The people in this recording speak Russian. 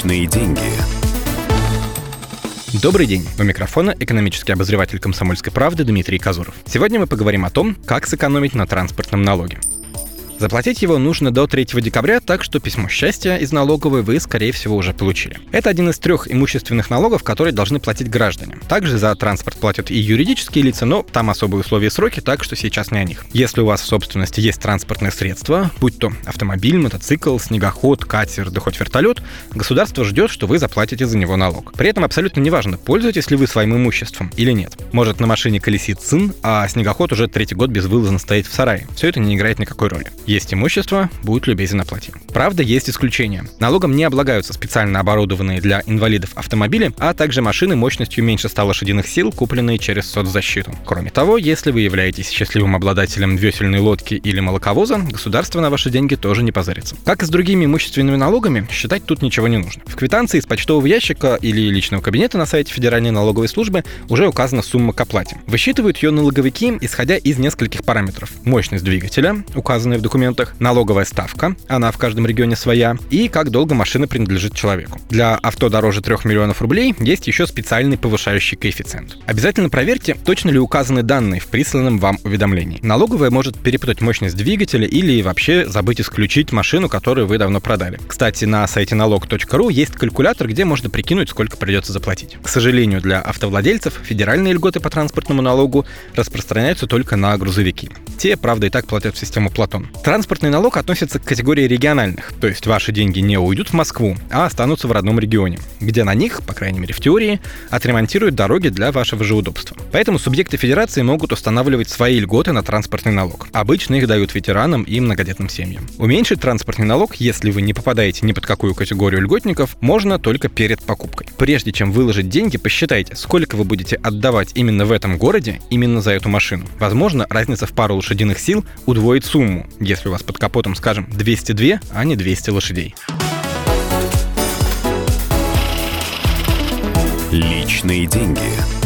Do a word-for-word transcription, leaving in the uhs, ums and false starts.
Личные деньги. Добрый день. У микрофона экономический обозреватель «Комсомольской правды» Дмитрий Казуров. Сегодня мы поговорим о том, как сэкономить на транспортном налоге. Заплатить его нужно до третьего декабря, так что письмо счастья из налоговой вы, скорее всего, уже получили. Это один из трех имущественных налогов, которые должны платить граждане. Также за транспорт платят и юридические лица, но там особые условия и сроки, так что сейчас не о них. Если у вас в собственности есть транспортное средство, будь то автомобиль, мотоцикл, снегоход, катер, да хоть вертолет, государство ждет, что вы заплатите за него налог. При этом абсолютно неважно, пользуетесь ли вы своим имуществом или нет. Может, на машине колесит сын, а снегоход уже третий год безвылазно стоит в сарае. Все это не играет никакой роли. Есть имущество, будь любезен, оплати. Правда, есть исключения. Налогом не облагаются специально оборудованные для инвалидов автомобили, а также машины мощностью меньше ста лошадиных сил, купленные через соцзащиту. Кроме того, если вы являетесь счастливым обладателем весельной лодки или молоковоза, государство на ваши деньги тоже не позарится. Как и с другими имущественными налогами, считать тут ничего не нужно. В квитанции из почтового ящика или личного кабинета на сайте Федеральной налоговой службы уже указана сумма к оплате. Высчитывают ее налоговики, исходя из нескольких параметров. Мощность двигателя, указанная в документах, налоговая ставка, она в каждом регионе своя, и как долго машина принадлежит человеку. Для авто дороже трех миллионов рублей есть еще специальный повышающий коэффициент. Обязательно проверьте, точно ли указаны данные в присланном вам уведомлении. Налоговая может перепутать мощность двигателя или вообще забыть исключить машину, которую вы давно продали. Кстати, на сайте налог точка ру есть калькулятор, где можно прикинуть, сколько придется заплатить. К сожалению, для автовладельцев федеральные льготы по транспортному налогу распространяются только на грузовики. Те, правда, и так платят в систему Платон. Транспортный налог относится к категории региональных, то есть ваши деньги не уйдут в Москву, а останутся в родном регионе, где на них, по крайней мере в теории, отремонтируют дороги для вашего же удобства. Поэтому субъекты федерации могут устанавливать свои льготы на транспортный налог. Обычно их дают ветеранам и многодетным семьям. Уменьшить транспортный налог, если вы не попадаете ни под какую категорию льготников, можно только перед покупкой. Прежде чем выложить деньги, посчитайте, сколько вы будете отдавать именно в этом городе, именно за эту машину. Возможно, разница в пару лошадиных сил удвоит сумму, если у вас под капотом, скажем, двести два, а не двести лошадей. Личные деньги.